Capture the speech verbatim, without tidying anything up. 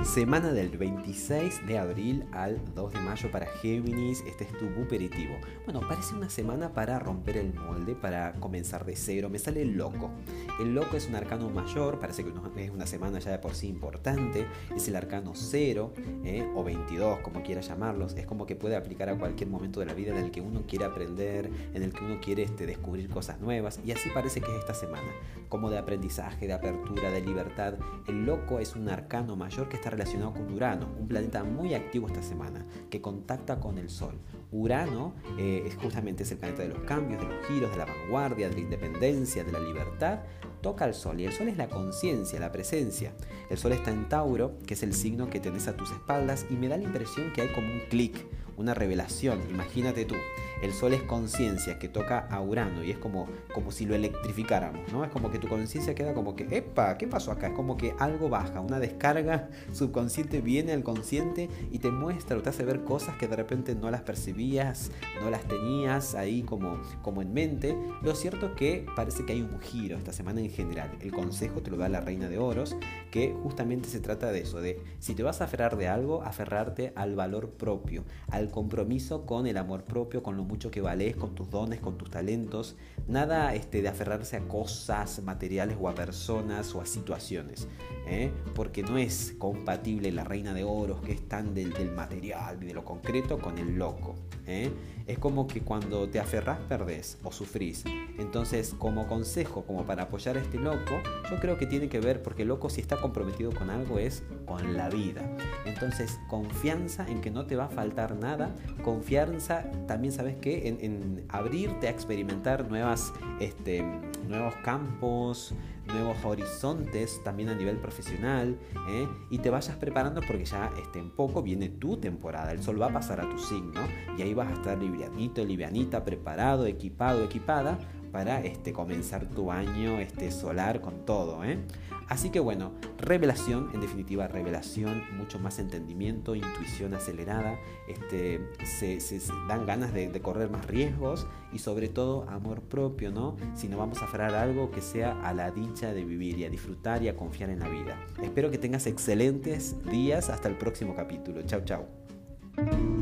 Semana del veintiséis de abril al dos de mayo para Géminis, este es tu buperitivo. Bueno, parece una semana para romper el molde, para comenzar de cero. Me sale el loco. El loco es un arcano mayor, parece que es una semana ya de por sí importante. Es el arcano cero eh, o veintidós, como quieras llamarlos. Es como que puede aplicar a cualquier momento de la vida en el que uno quiere aprender, en el que uno quiere este, descubrir cosas nuevas. Y así parece que es esta semana, como de aprendizaje, de apertura, de libertad. El loco es un arcano mayor que está relacionado con Urano, un planeta muy activo esta semana, que contacta con el Sol. Urano eh, es justamente es el planeta de los cambios, de los giros, de la vanguardia, de la independencia, de la libertad. Toca al Sol, y el Sol es la conciencia, la presencia. El Sol está en Tauro, que es el signo que tenés a tus espaldas, y me da la impresión que hay como un clic, una revelación. Imagínate tú, el Sol es conciencia que toca a Urano y es como, como si lo electrificáramos, ¿no? Es como que tu conciencia queda como que, ¡epa! ¿Qué pasó acá? Es como que algo baja, una descarga subconsciente viene al consciente y te muestra o te hace ver cosas que de repente no las percibías, no las tenías ahí como, como en mente. Lo cierto es que parece que hay un giro esta semana en general. El consejo te lo da la Reina de Oros, que justamente se trata de eso, de si te vas a aferrar de algo, aferrarte al valor propio, al compromiso con el amor propio, con lo mucho que valés, con tus dones, con tus talentos. Nada este, de aferrarse a cosas materiales o a personas o a situaciones, ¿eh? Porque no es compatible la Reina de Oros, que es tan del, del material y de lo concreto, con el loco, ¿eh? Es como que cuando te aferrás perdés o sufrís. Entonces, como consejo, como para apoyar a este loco, yo creo que tiene que ver, porque el loco si está comprometido con algo es con la vida. Entonces, confianza en que no te va a faltar nada, confianza también, ¿sabes qué? En, en abrirte a experimentar nuevas, este, nuevos campos, nuevos horizontes, también a nivel profesional, ¿eh? Y te vayas preparando porque ya este, en poco viene tu temporada. El Sol va a pasar a tu signo y ahí vas a estar livianito, livianita, preparado, equipado, equipada para este, comenzar tu año este, solar con todo, ¿eh? Así que bueno, revelación, en definitiva revelación, mucho más entendimiento, intuición acelerada, este, se, se, se dan ganas de, de correr más riesgos y sobre todo amor propio, ¿no? Si no vamos a aferrar a algo que sea a la dicha de vivir y a disfrutar y a confiar en la vida. Espero que tengas excelentes días, hasta el próximo capítulo. Chau, chau.